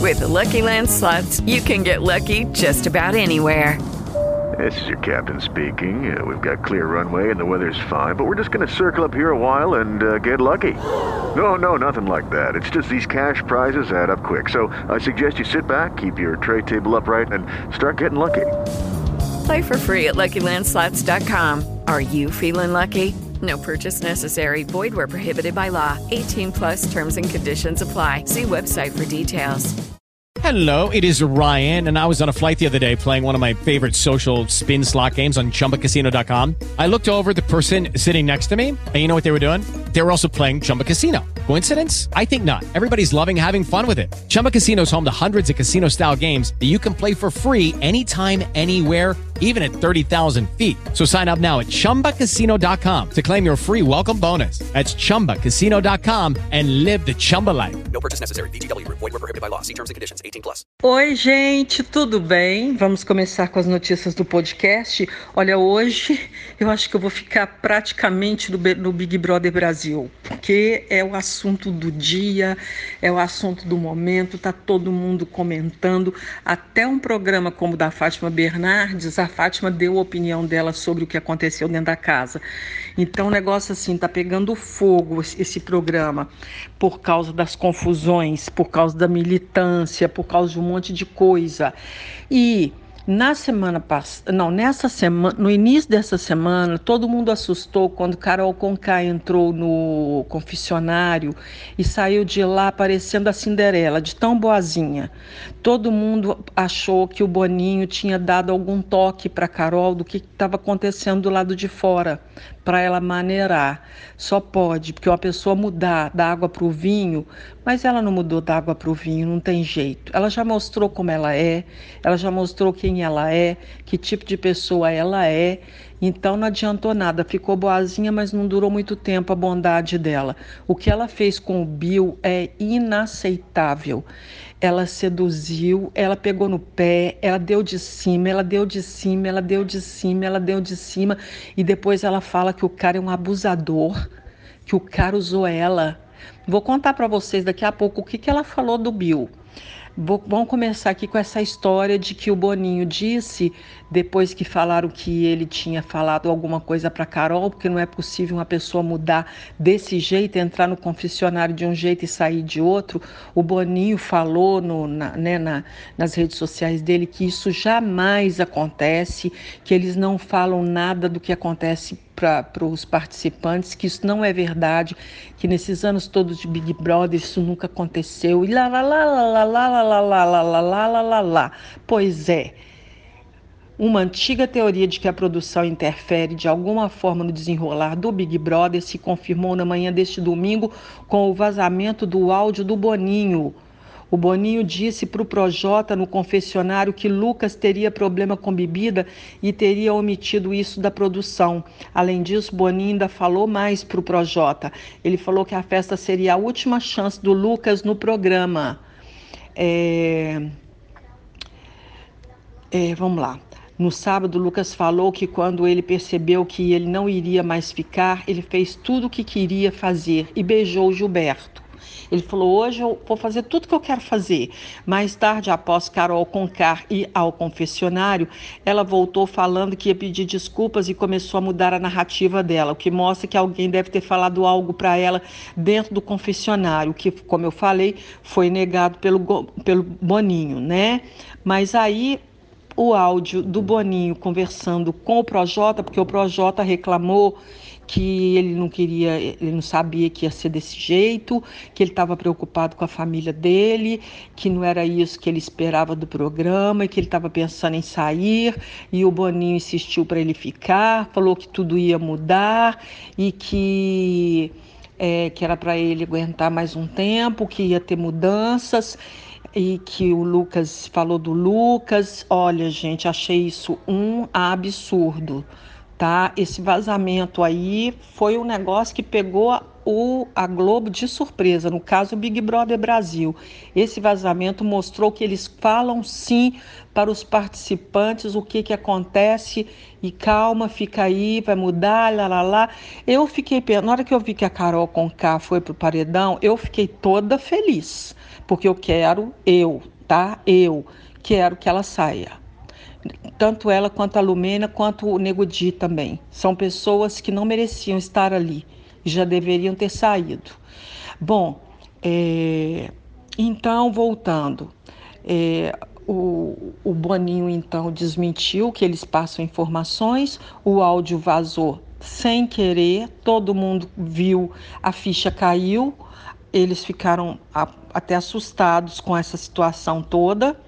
With the Lucky Land Slots, you can get lucky just about anywhere. This is your captain speaking. We've got clear runway and the weather's fine, but we're just going to circle up here a while and get lucky. No, nothing like that. It's just these cash prizes add up quick. So I suggest you sit back, keep your tray table upright, and start getting lucky. Play for free at LuckyLandSlots.com. Are you feeling lucky? No purchase necessary. Void where prohibited by law. 18 plus terms and conditions apply. See website for details. Hello, it is Ryan, and I was on a flight the other day playing one of my favorite social spin slot games on ChumbaCasino.com. I looked over at the person sitting next to me, and you know what they were doing? They were also playing Chumba Casino. Coincidence? I think not. Everybody's loving having fun with it. Chumba Casino is home to hundreds of casino-style games that you can play for free anytime, anywhere, even at 30,000 feet. So sign up now at ChumbaCasino.com to claim your free welcome bonus. That's ChumbaCasino.com and live the Chumba life. No purchase necessary. VGW. Void where prohibited by law. See terms and conditions. 18 plus. Oi, gente, tudo bem? Vamos começar com as notícias do podcast. Olha, hoje eu acho que eu vou ficar praticamente no Big Brother Brasil, porque é o assunto do dia, é o assunto do momento, tá todo mundo comentando. Até um programa como o da Fátima Bernardes, a Fátima deu a opinião dela sobre o que aconteceu dentro da casa. Então o negócio assim, tá pegando fogo esse programa, por causa das confusões, por causa da militância, por causa de um monte de coisa. E nessa semana, no início dessa semana, todo mundo assustou quando Carol Conká entrou no confessionário e saiu de lá parecendo a Cinderela, de tão boazinha. Todo mundo achou que o Boninho tinha dado algum toque para Carol do que estava acontecendo do lado de fora, para ela maneirar. Só pode, porque uma pessoa mudar da água para o vinho, mas ela não mudou da água para o vinho, não tem jeito. Ela já mostrou como ela já mostrou quem ela é, que tipo de pessoa ela é, então não adiantou nada. Ficou boazinha, mas não durou muito tempo a bondade dela. O que ela fez com o Bill é inaceitável. Ela seduziu, ela pegou no pé, ela deu de cima, ela deu de cima, ela deu de cima, ela deu de cima, e depois ela fala que o cara é um abusador, que o cara usou ela. Vou contar para vocês daqui a pouco o que ela falou do Bill. Vamos começar aqui com essa história de que o Boninho disse, depois que falaram que ele tinha falado alguma coisa para Carol, porque não é possível uma pessoa mudar desse jeito, entrar no confessionário de um jeito e sair de outro. O Boninho falou nas redes sociais dele que isso jamais acontece, que eles não falam nada do que acontece para os participantes, que isso não é verdade, que nesses anos todos de Big Brother isso nunca aconteceu, e lá. Pois é, uma antiga teoria de que a produção interfere de alguma forma no desenrolar do Big Brother se confirmou na manhã deste domingo com o vazamento do áudio do Boninho. O Boninho disse para o Projota no confessionário que Lucas teria problema com bebida e teria omitido isso da produção. Além disso, Boninho ainda falou mais para o Projota. Ele falou que a festa seria a última chance do Lucas no programa. Vamos lá. No sábado, Lucas falou que quando ele percebeu que ele não iria mais ficar, ele fez tudo o que queria fazer e beijou Gilberto. Ele falou, hoje eu vou fazer tudo que eu quero fazer. Mais tarde, após Carol Conká ir ao confessionário, ela voltou falando que ia pedir desculpas e começou a mudar a narrativa dela, o que mostra que alguém deve ter falado algo para ela dentro do confessionário, que, como eu falei, foi negado pelo Boninho, né? Mas aí o áudio do Boninho conversando com o Projota, porque o Projota reclamou que ele não sabia que ia ser desse jeito, que ele estava preocupado com a família dele, que não era isso que ele esperava do programa e que ele estava pensando em sair, e o Boninho insistiu para ele ficar, falou que tudo ia mudar e que era para ele aguentar mais um tempo, que ia ter mudanças, e que o Lucas falou do Lucas. Olha, gente, achei isso um absurdo. Tá? Esse vazamento aí foi um negócio que pegou a Globo de surpresa, no caso o Big Brother Brasil. Esse vazamento mostrou que eles falam sim para os participantes o que acontece e calma, fica aí, vai mudar, lá. Eu fiquei, na hora que eu vi que a Carol Conká foi pro paredão, eu fiquei toda feliz, porque eu tá? Eu quero que ela saia. Tanto ela, quanto a Lumena, quanto o Nego Di também. São pessoas que não mereciam estar ali. Já deveriam ter saído. Bom, então, voltando. O Boninho, então, desmentiu que eles passam informações. O áudio vazou sem querer. Todo mundo viu, a ficha caiu. Eles ficaram até assustados com essa situação toda.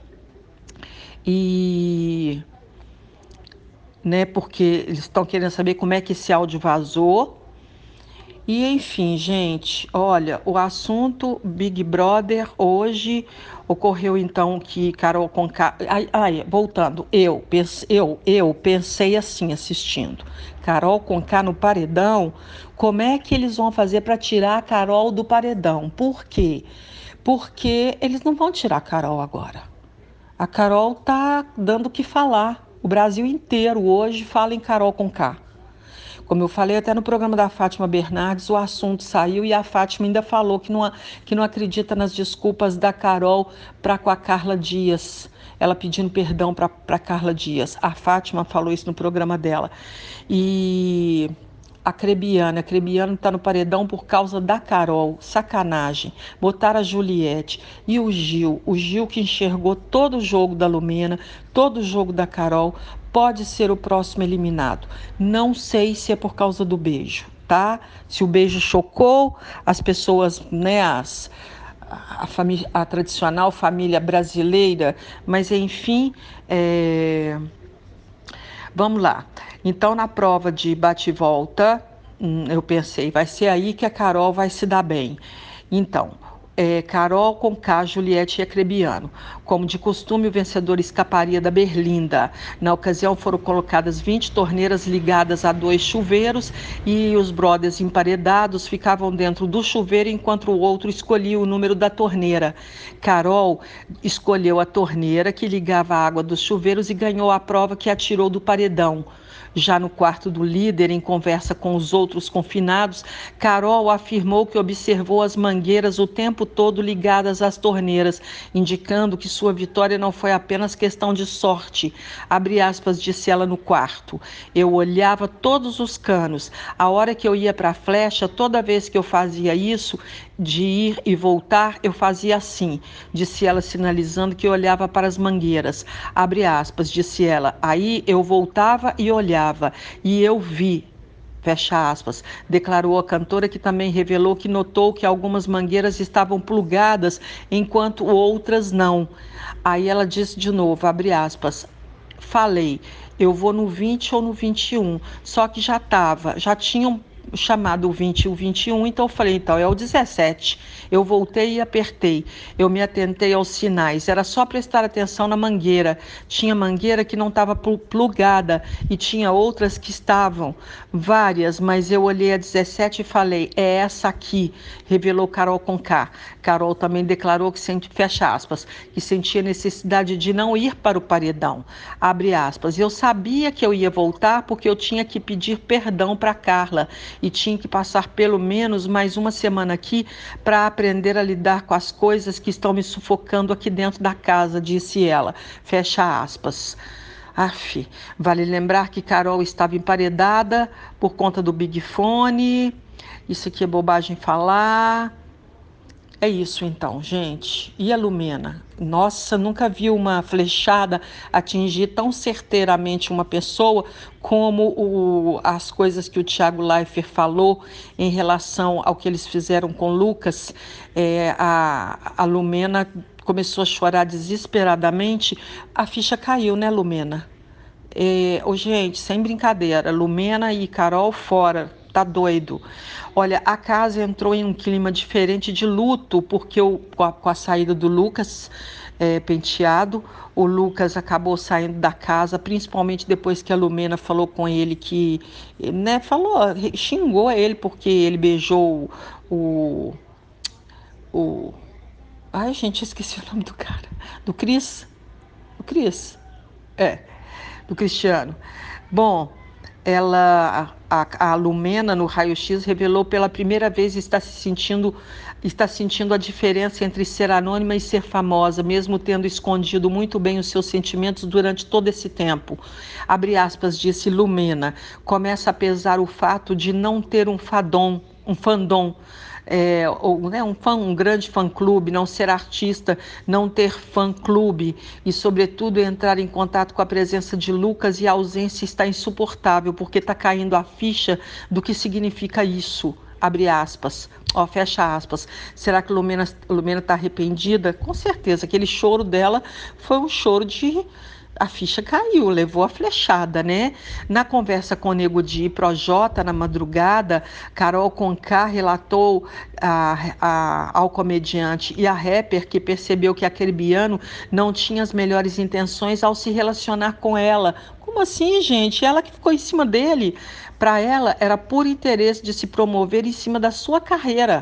E, né, porque eles estão querendo saber como é que esse áudio vazou. E, enfim, gente, olha, o assunto Big Brother hoje ocorreu, então, que Carol Conká... Voltando, eu pensei assim, assistindo. Carol Conká no paredão, como é que eles vão fazer para tirar a Carol do paredão? Por quê? Porque eles não vão tirar a Carol agora. A Carol tá dando o que falar. O Brasil inteiro hoje fala em Carol Conká. Como eu falei até no programa da Fátima Bernardes, o assunto saiu e a Fátima ainda falou que não acredita nas desculpas da Carol para com a Carla Dias. Ela pedindo perdão para Carla Dias. A Fátima falou isso no programa dela. E a Crebiana está no paredão por causa da Carol. Sacanagem. Botaram a Juliette e o Gil que enxergou todo o jogo da Lumena, todo o jogo da Carol, pode ser o próximo eliminado. Não sei se é por causa do beijo, tá? Se o beijo chocou as pessoas, né, a tradicional família brasileira, mas enfim, vamos lá. Então, na prova de bate e volta, eu pensei, vai ser aí que a Carol vai se dar bem. Então, Carol Conká, Juliette e Acrebiano. Como de costume, o vencedor escaparia da Berlinda. Na ocasião, foram colocadas 20 torneiras ligadas a 2 chuveiros e os brothers emparedados ficavam dentro do chuveiro enquanto o outro escolhia o número da torneira. Carol escolheu a torneira que ligava a água dos chuveiros e ganhou a prova que a tirou do paredão. Já no quarto do líder, em conversa com os outros confinados, Carol afirmou que observou as mangueiras o tempo todo ligadas às torneiras, indicando que sua vitória não foi apenas questão de sorte. Abre aspas, disse ela no quarto. Eu olhava todos os canos. A hora que eu ia para a flecha, toda vez que eu fazia isso, de ir e voltar, eu fazia assim, disse ela, sinalizando que olhava para as mangueiras. Abre aspas, disse ela. Aí eu voltava e olhava, e eu vi, fecha aspas, declarou a cantora, que também revelou que notou que algumas mangueiras estavam plugadas, enquanto outras não. Aí ela disse de novo, abre aspas, falei, eu vou no 20 ou no 21, só que já tinham chamado o 20 e o 21, então eu falei, então é o 17. Eu voltei e apertei. Eu me atentei aos sinais. Era só prestar atenção na mangueira. Tinha mangueira que não estava plugada e tinha outras que estavam, várias, mas eu olhei a 17 e falei, é essa aqui, revelou Carol Conká. Carol também declarou que fecha aspas, que sentia necessidade de não ir para o paredão. Abre aspas, eu sabia que eu ia voltar porque eu tinha que pedir perdão para Carla e tinha que passar pelo menos mais uma semana aqui para aprender a lidar com as coisas que estão me sufocando aqui dentro da casa, disse ela. Fecha aspas. Vale lembrar que Carol estava emparedada por conta do Big Fone. Isso aqui é bobagem falar. É isso então, gente. E a Lumena? Nossa, nunca vi uma flechada atingir tão certeiramente uma pessoa como as coisas que o Thiago Leifert falou em relação ao que eles fizeram com Lucas. A Lumena começou a chorar desesperadamente. A ficha caiu, né, Lumena? Gente, sem brincadeira, Lumena e Carol fora. Tá doido. Olha, a casa entrou em um clima diferente de luto, porque com a saída do Lucas Penteado, o Lucas acabou saindo da casa, principalmente depois que a Lumena falou com ele que, né, xingou ele porque ele beijou ai, gente, esqueci o nome do cara. Do Cristiano. Bom, a Lumena, no raio-x, revelou pela primeira vez está sentindo a diferença entre ser anônima e ser famosa, mesmo tendo escondido muito bem os seus sentimentos durante todo esse tempo. Abre aspas, disse Lumena. Começa a pesar o fato de não ter um fandom, um grande fã-clube, não ser artista, não ter fã-clube e, sobretudo, entrar em contato com a presença de Lucas, e a ausência está insuportável, porque está caindo a ficha do que significa isso. Abre aspas, fecha aspas. Será que Lumena está arrependida? Com certeza, aquele choro dela foi um choro de... A ficha caiu, levou a flechada, né? Na conversa com o Nego Di e Projota na madrugada, Carol Conká relatou ao comediante e a rapper que percebeu que a Acrebiano não tinha as melhores intenções ao se relacionar com ela. Como assim, gente? Ela que ficou em cima dele. Para ela, era por interesse de se promover em cima da sua carreira.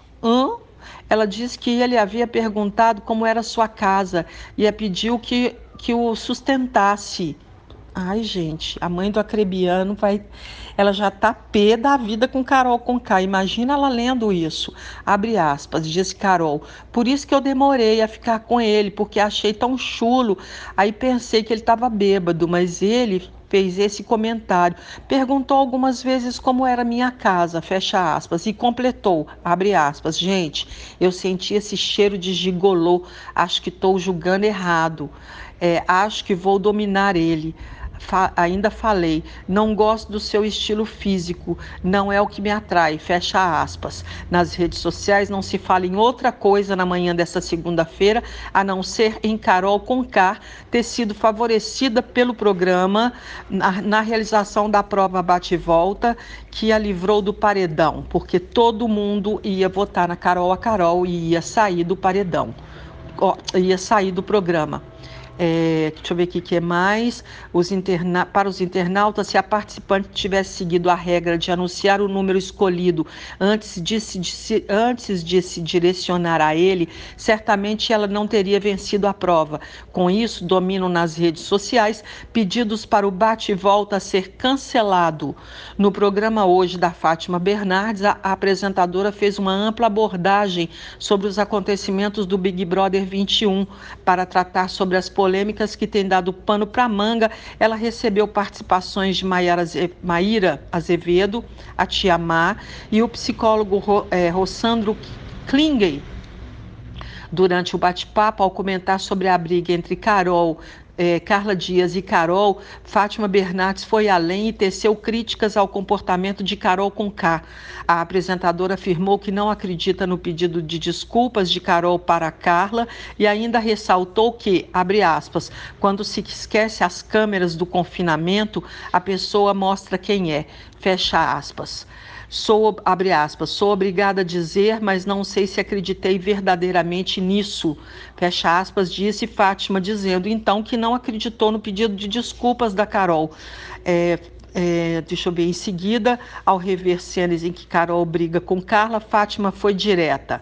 Ela disse que ele havia perguntado como era sua casa e a pediu que o sustentasse. Ai, gente, a mãe do Acrebiano ela já tá pé da vida com Carol Conká. Imagina ela lendo isso. Abre aspas, disse Carol. Por isso que eu demorei a ficar com ele, porque achei tão chulo. Aí pensei que ele estava bêbado, mas ele fez esse comentário. Perguntou algumas vezes como era minha casa, fecha aspas, e completou, abre aspas. Gente, eu senti esse cheiro de gigolô. Acho que estou julgando errado. Acho que vou dominar ele. Ainda falei, não gosto do seu estilo físico, não é o que me atrai, fecha aspas. Nas redes sociais não se fala em outra coisa na manhã dessa segunda-feira, a não ser em Carol Conká ter sido favorecida pelo programa na realização da prova bate-volta, que a livrou do paredão, porque todo mundo ia votar na Carol, a Carol ia sair do paredão, ia sair do programa. Deixa eu ver aqui o que é mais. Para os internautas, se a participante tivesse seguido a regra de anunciar o número escolhido antes de se direcionar a ele, certamente ela não teria vencido a prova. Com isso, dominam nas redes sociais pedidos para o bate-volta ser cancelado. No programa hoje da Fátima Bernardes, a apresentadora fez uma ampla abordagem sobre os acontecimentos do Big Brother 21 para tratar sobre as polêmicas que têm dado pano para manga. Ela recebeu participações de Maíra Azevedo, a Tia Má, e o psicólogo Rossandro Klingen. Durante o bate-papo, ao comentar sobre a briga entre Carla Dias e Carol, Fátima Bernardes foi além e teceu críticas ao comportamento de Carol Conká. A apresentadora afirmou que não acredita no pedido de desculpas de Carol para Carla e ainda ressaltou que, abre aspas, quando se esquece as câmeras do confinamento, a pessoa mostra quem é, fecha aspas. Abre aspas, sou obrigada a dizer, mas não sei se acreditei verdadeiramente nisso, fecha aspas, disse Fátima, dizendo então que não acreditou no pedido de desculpas da Carol. Deixa eu ver, em seguida, ao rever cenas em que Carol briga com Carla, Fátima foi direta.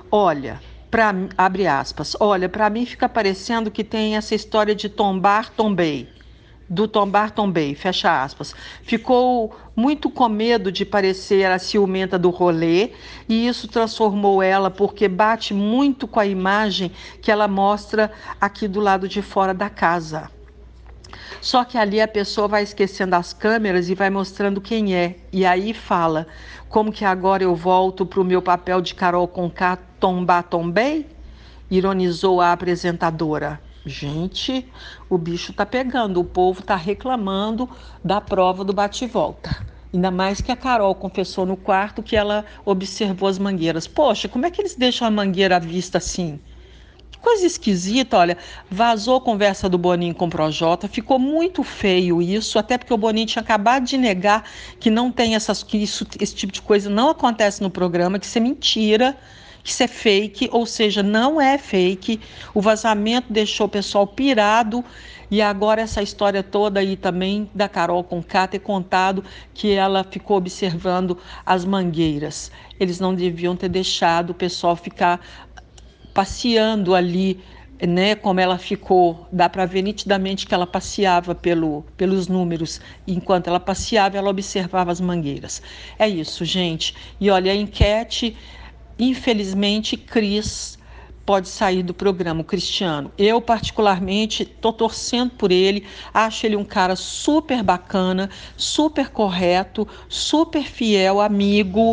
Abre aspas, para mim fica parecendo que tem essa história de tombar, tombei. Do tombar, tombei, fecha aspas. Ficou muito com medo de parecer a ciumenta do rolê e isso transformou ela, porque bate muito com a imagem que ela mostra aqui do lado de fora da casa. Só que ali a pessoa vai esquecendo as câmeras e vai mostrando quem é. E aí fala, como que agora eu volto para o meu papel de Carol Conká, tombar, tombei? Ironizou a apresentadora. Gente, o bicho tá pegando, o povo tá reclamando da prova do bate-volta. Ainda mais que a Carol confessou no quarto que ela observou as mangueiras. Poxa, como é que eles deixam a mangueira à vista assim? Que coisa esquisita, olha. Vazou a conversa do Boninho com o Projota, ficou muito feio isso, até porque o Boninho tinha acabado de negar que não tem esse tipo de coisa não acontece no programa, que isso é mentira. Isso é fake, ou seja, não é fake. O vazamento deixou o pessoal pirado e agora essa história toda aí também da Carol Conká ter contado que ela ficou observando as mangueiras. Eles não deviam ter deixado o pessoal ficar passeando ali né, como ela ficou, dá para ver nitidamente que ela passeava pelos números. Enquanto ela passeava, ela observava as mangueiras. É isso, gente. E olha, a enquete, infelizmente, Cris pode sair do programa, o Cristiano. Eu, particularmente, estou torcendo por ele, acho ele um cara super bacana, super correto, super fiel, amigo,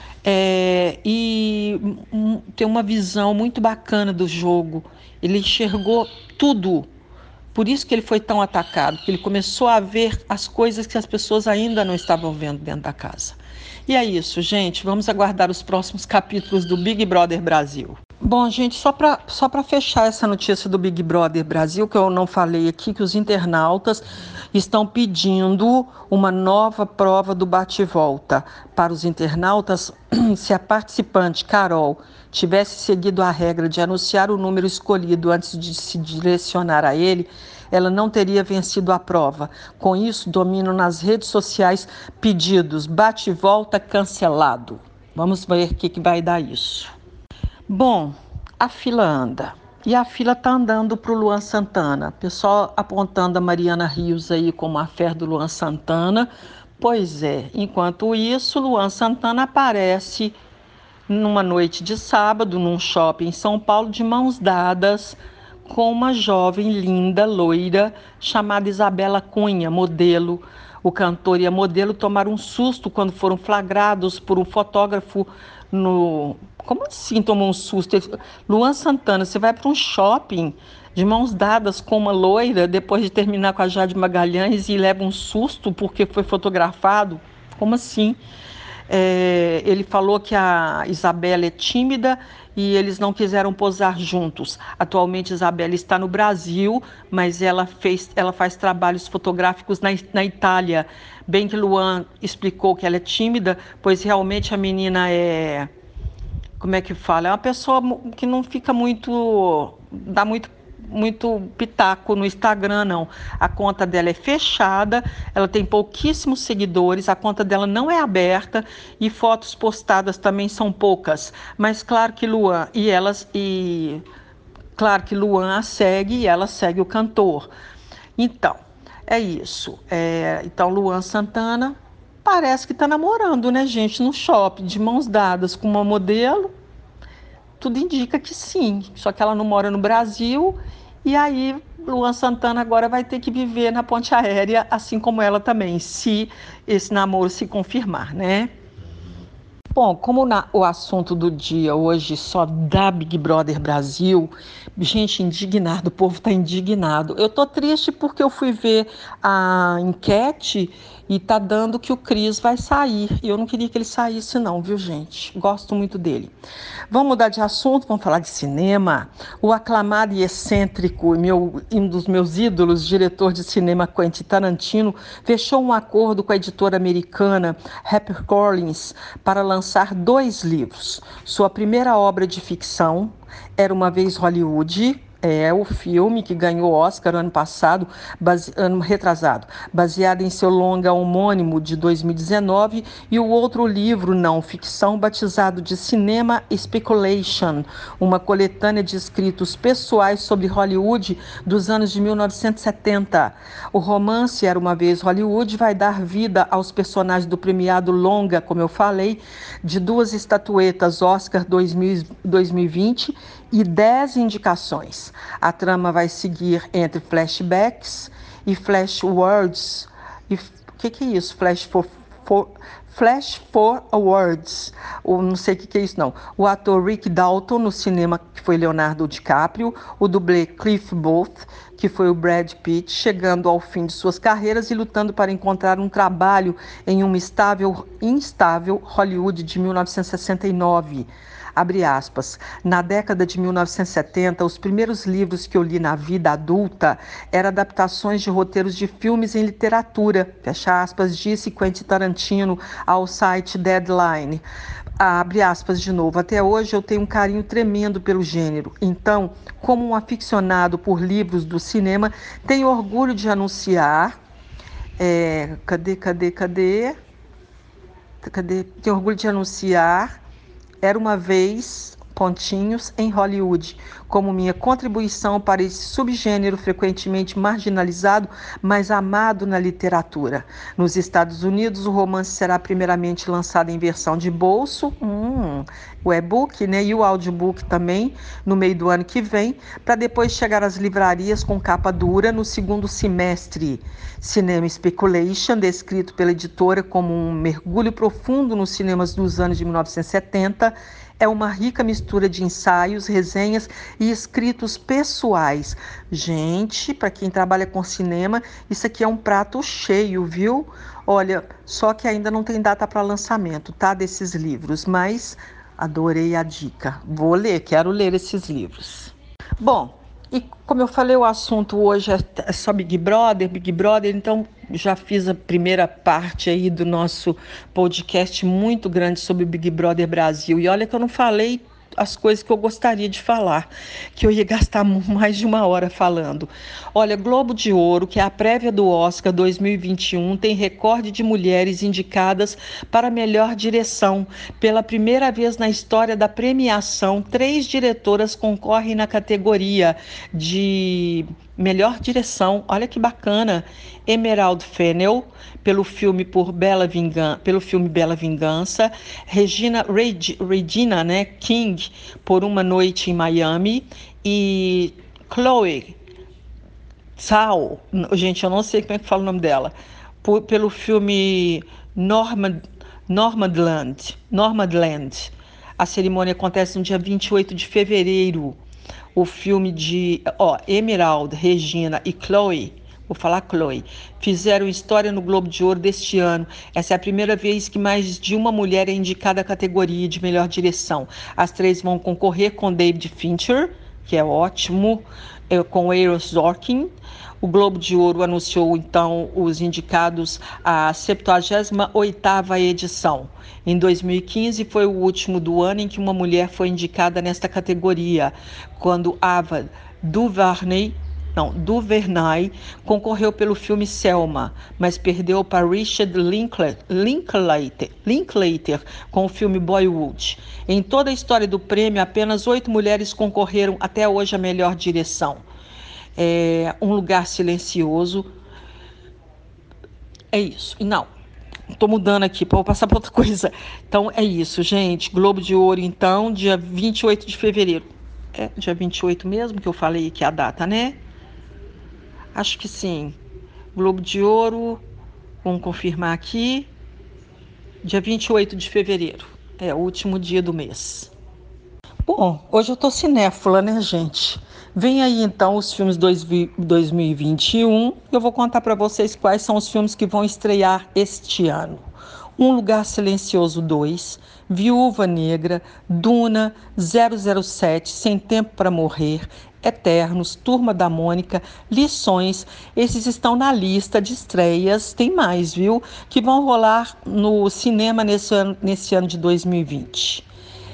e tem uma visão muito bacana do jogo. Ele enxergou tudo. Por isso que ele foi tão atacado, porque ele começou a ver as coisas que as pessoas ainda não estavam vendo dentro da casa. E é isso, gente. Vamos aguardar os próximos capítulos do Big Brother Brasil. Bom, gente, só para fechar essa notícia do Big Brother Brasil, que eu não falei aqui, que os internautas estão pedindo uma nova prova do bate-volta. Para os internautas, se a participante, Carol, tivesse seguido a regra de anunciar o número escolhido antes de se direcionar a ele, ela não teria vencido a prova. Com isso, dominam nas redes sociais pedidos bate-volta cancelado. Vamos ver o que vai dar isso. Bom, a fila anda. E a fila está andando para o Luan Santana. Pessoal apontando a Mariana Rios aí como a fé do Luan Santana. Pois é, enquanto isso, Luan Santana aparece numa noite de sábado, num shopping em São Paulo, de mãos dadas com uma jovem linda, loira, chamada Isabela Cunha, modelo. O cantor e a modelo tomaram um susto quando foram flagrados por um fotógrafo no... Como assim tomou um susto? Luan Santana, você vai para um shopping de mãos dadas com uma loira depois de terminar com a Jade Magalhães e leva um susto porque foi fotografado? Como assim? Ele falou que a Isabela é tímida e eles não quiseram posar juntos. Atualmente, Isabela está no Brasil, mas ela faz trabalhos fotográficos na Itália. Bem que Luan explicou que ela é tímida, pois realmente a menina é... Como é que fala? É uma pessoa que não fica muito... dá muito pitaco no Instagram, não. A conta dela é fechada, ela tem pouquíssimos seguidores, a conta dela não é aberta e fotos postadas também são poucas. Mas claro que Luan a segue e ela segue o cantor. Então, é isso. Então, Luan Santana parece que está namorando, né, gente, no shopping, de mãos dadas com uma modelo. Tudo indica que sim, só que ela não mora no Brasil. E aí, Luan Santana agora vai ter que viver na ponte aérea, assim como ela também, se esse namoro se confirmar, né? Bom, como o assunto do dia hoje só dá Big Brother Brasil, gente, indignado, o povo está indignado. Eu tô triste porque eu fui ver a enquete e tá dando que o Cris vai sair. E eu não queria que ele saísse não, viu, gente? Gosto muito dele. Vamos mudar de assunto, vamos falar de cinema. O aclamado e excêntrico, um dos meus ídolos, diretor de cinema Quentin Tarantino, fechou um acordo com a editora americana HarperCollins para lançar 2 livros. Sua primeira obra de ficção, Era Uma Vez Hollywood, o filme que ganhou Oscar ano passado, ano retrasado, baseado em seu longa homônimo de 2019, e o outro livro não ficção batizado de Cinema Speculation, uma coletânea de escritos pessoais sobre Hollywood dos anos de 1970. O romance Era Uma Vez Hollywood vai dar vida aos personagens do premiado longa, como eu falei, de 2 estatuetas Oscar 2020 e 10 indicações. A trama vai seguir entre flashbacks e flashwords. E o que é isso? Flash forwards. Não sei o que é isso, não. O ator Rick Dalton no cinema, que foi Leonardo DiCaprio. O dublê Cliff Booth, que foi o Brad Pitt, chegando ao fim de suas carreiras e lutando para encontrar um trabalho em uma instável Hollywood de 1969. Abre aspas. Na década de 1970, os primeiros livros que eu li na vida adulta eram adaptações de roteiros de filmes em literatura, fecha aspas, disse Quentin Tarantino ao site Deadline. Abre aspas de novo. Até hoje eu tenho um carinho tremendo pelo gênero. Então, como um aficionado por livros do cinema, tenho orgulho de anunciar... Tenho orgulho de anunciar... Era Uma Vez pontinhos em Hollywood, como minha contribuição para esse subgênero frequentemente marginalizado, mas amado na literatura. Nos Estados Unidos, o romance será primeiramente lançado em versão de bolso, o e-book, né, e o audiobook também, no meio do ano que vem, para depois chegar às livrarias com capa dura no segundo semestre. Cinema Speculation, descrito pela editora como um mergulho profundo nos cinemas dos anos de 1970, é uma rica mistura de ensaios, resenhas e escritos pessoais. Gente, para quem trabalha com cinema, isso aqui é um prato cheio, viu? Olha, só que ainda não tem data para lançamento, tá? Desses livros, mas adorei a dica. Vou ler, quero ler esses livros. Bom, e como eu falei, o assunto hoje é só Big Brother, então já fiz a primeira parte aí do nosso podcast muito grande sobre o Big Brother Brasil. E olha que eu não falei as coisas que eu gostaria de falar, que eu ia gastar mais de uma hora falando. Olha, Globo de Ouro, que é a prévia do Oscar 2021, tem recorde de mulheres indicadas para melhor direção. Pela primeira vez na história da premiação, 3 diretoras concorrem na categoria de melhor direção. Olha que bacana. Emerald Fennell, pelo filme Bela Vingança, Regina, né, King, por Uma Noite em Miami, e Chloe Zhao, gente, eu não sei como é que fala o nome dela, pelo filme Nomadland. A cerimônia acontece no dia 28 de fevereiro. O filme de Emerald, Regina e Chloe, fizeram história no Globo de Ouro deste ano. Essa é a primeira vez que mais de uma mulher é indicada à categoria de melhor direção. As 3 vão concorrer com David Fincher, que é ótimo, com Aaron Sorkin. O Globo de Ouro anunciou, então, os indicados à 78ª edição. Em 2015, foi o último do ano em que uma mulher foi indicada nesta categoria, quando Ava DuVernay concorreu pelo filme Selma, mas perdeu para Richard Linklater com o filme Boyhood. Em toda a história do prêmio, apenas 8 mulheres concorreram até hoje à melhor direção. Um Lugar Silencioso. É isso. Não, estou mudando aqui para passar para outra coisa. Então é isso, gente. Globo de Ouro, então, dia 28 de fevereiro. É dia 28 mesmo que eu falei que é a data, né? Acho que sim. Globo de Ouro, vamos confirmar aqui. Dia 28 de fevereiro. É o último dia do mês. Bom, hoje eu tô cinéfila, né, gente? Vem aí, então, os filmes 2021. Eu vou contar para vocês quais são os filmes que vão estrear este ano. Um Lugar Silencioso 2, Viúva Negra, Duna, 007, Sem Tempo para Morrer, Eternos, Turma da Mônica, Lições. Esses estão na lista de estreias, tem mais, viu? Que vão rolar no cinema nesse ano de 2020.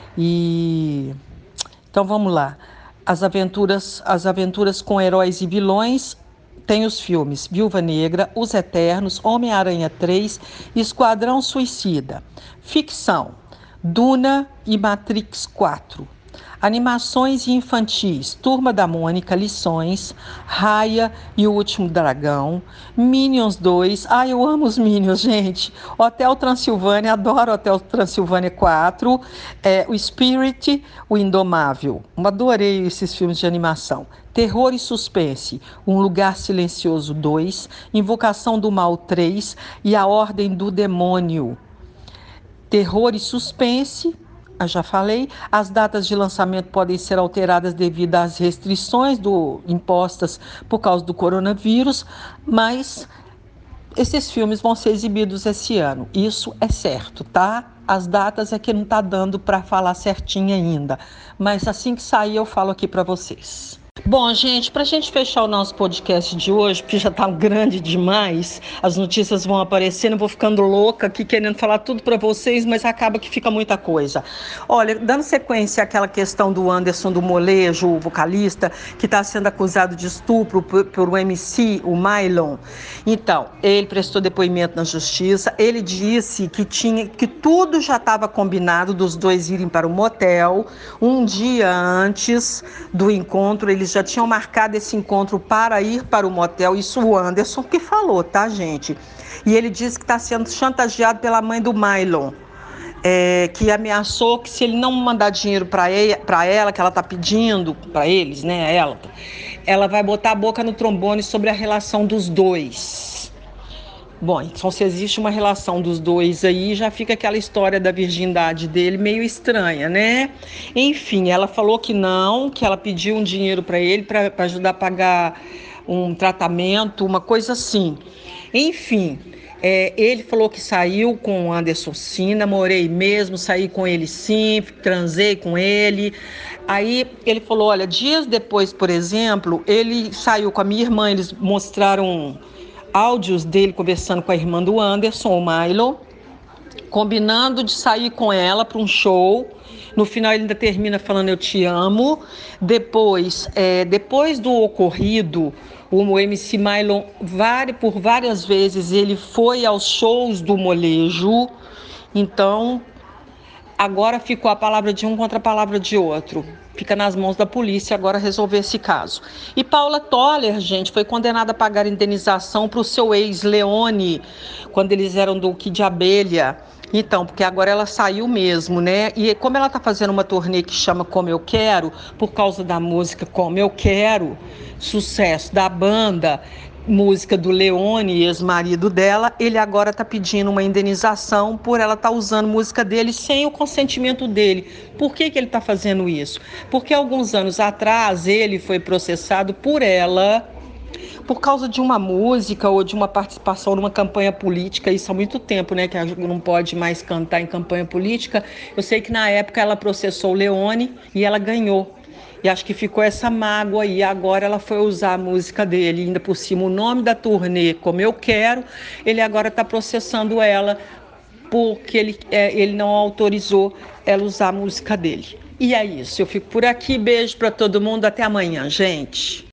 Então vamos lá. As aventuras com heróis e vilões. Tem os filmes Viúva Negra, Os Eternos, Homem-Aranha 3, Esquadrão Suicida. Ficção, Duna e Matrix 4. Animações e infantis, Turma da Mônica, Lições, Raya e o Último Dragão, Minions 2, eu amo os Minions, gente, Hotel Transilvânia, adoro Hotel Transilvânia 4, o Spirit, o Indomável, adorei esses filmes de animação. Terror e Suspense, Um Lugar Silencioso 2, Invocação do Mal 3 e A Ordem do Demônio. Terror e Suspense, já falei, as datas de lançamento podem ser alteradas devido às restrições impostas por causa do coronavírus, mas esses filmes vão ser exibidos esse ano, isso é certo, tá? As datas é que não tá dando para falar certinho ainda, mas assim que sair eu falo aqui para vocês. Bom, gente, para a gente fechar o nosso podcast de hoje, porque já está grande demais, as notícias vão aparecendo, eu vou ficando louca aqui querendo falar tudo para vocês, mas acaba que fica muita coisa. Olha, dando sequência àquela questão do Anderson do Molejo, o vocalista, que está sendo acusado de estupro por um MC, o Mylon. Então, ele prestou depoimento na justiça, ele disse que tudo já estava combinado dos dois irem para o motel. Um dia antes do encontro, eles já tinham marcado esse encontro para ir para o motel. Isso o Anderson que falou, tá, gente? E ele disse que está sendo chantageado pela mãe do Mylon, que ameaçou que se ele não mandar dinheiro para ela, que ela está pedindo para eles, né, ela vai botar a boca no trombone sobre a relação dos dois. Bom, então se existe uma relação dos dois aí, já fica aquela história da virgindade dele meio estranha, né? Enfim, ela falou que não, que ela pediu um dinheiro para ele para ajudar a pagar um tratamento, uma coisa assim. Enfim, ele falou que saiu com o Anderson sim, namorei mesmo, saí com ele sim, transei com ele. Aí ele falou, olha, dias depois, por exemplo, ele saiu com a minha irmã, eles mostraram áudios dele conversando com a irmã do Anderson, o Mylon, combinando de sair com ela para um show. No final ele ainda termina falando eu te amo. Depois do ocorrido, o MC Mylon, por várias vezes, ele foi aos shows do Molejo. Então, agora ficou a palavra de um contra a palavra de outro. Fica nas mãos da polícia agora resolver esse caso. E Paula Toller, gente, foi condenada a pagar indenização para o seu ex, Leone, quando eles eram do Kid Abelha. Então, porque agora ela saiu mesmo, né? E como ela está fazendo uma turnê que chama Como Eu Quero, por causa da música Como Eu Quero, sucesso da banda, música do Leone, ex-marido dela, ele agora está pedindo uma indenização por ela estar usando música dele sem o consentimento dele. Por que ele está fazendo isso? Porque alguns anos atrás ele foi processado por ela por causa de uma música ou de uma participação numa campanha política. Isso há muito tempo, né, que não pode mais cantar em campanha política. Eu sei que na época ela processou o Leone e ela ganhou. E acho que ficou essa mágoa aí. Agora ela foi usar a música dele, ainda por cima o nome da turnê, Como Eu Quero, ele agora está processando ela porque ele não autorizou ela usar a música dele. E é isso, eu fico por aqui, beijo para todo mundo, até amanhã, gente.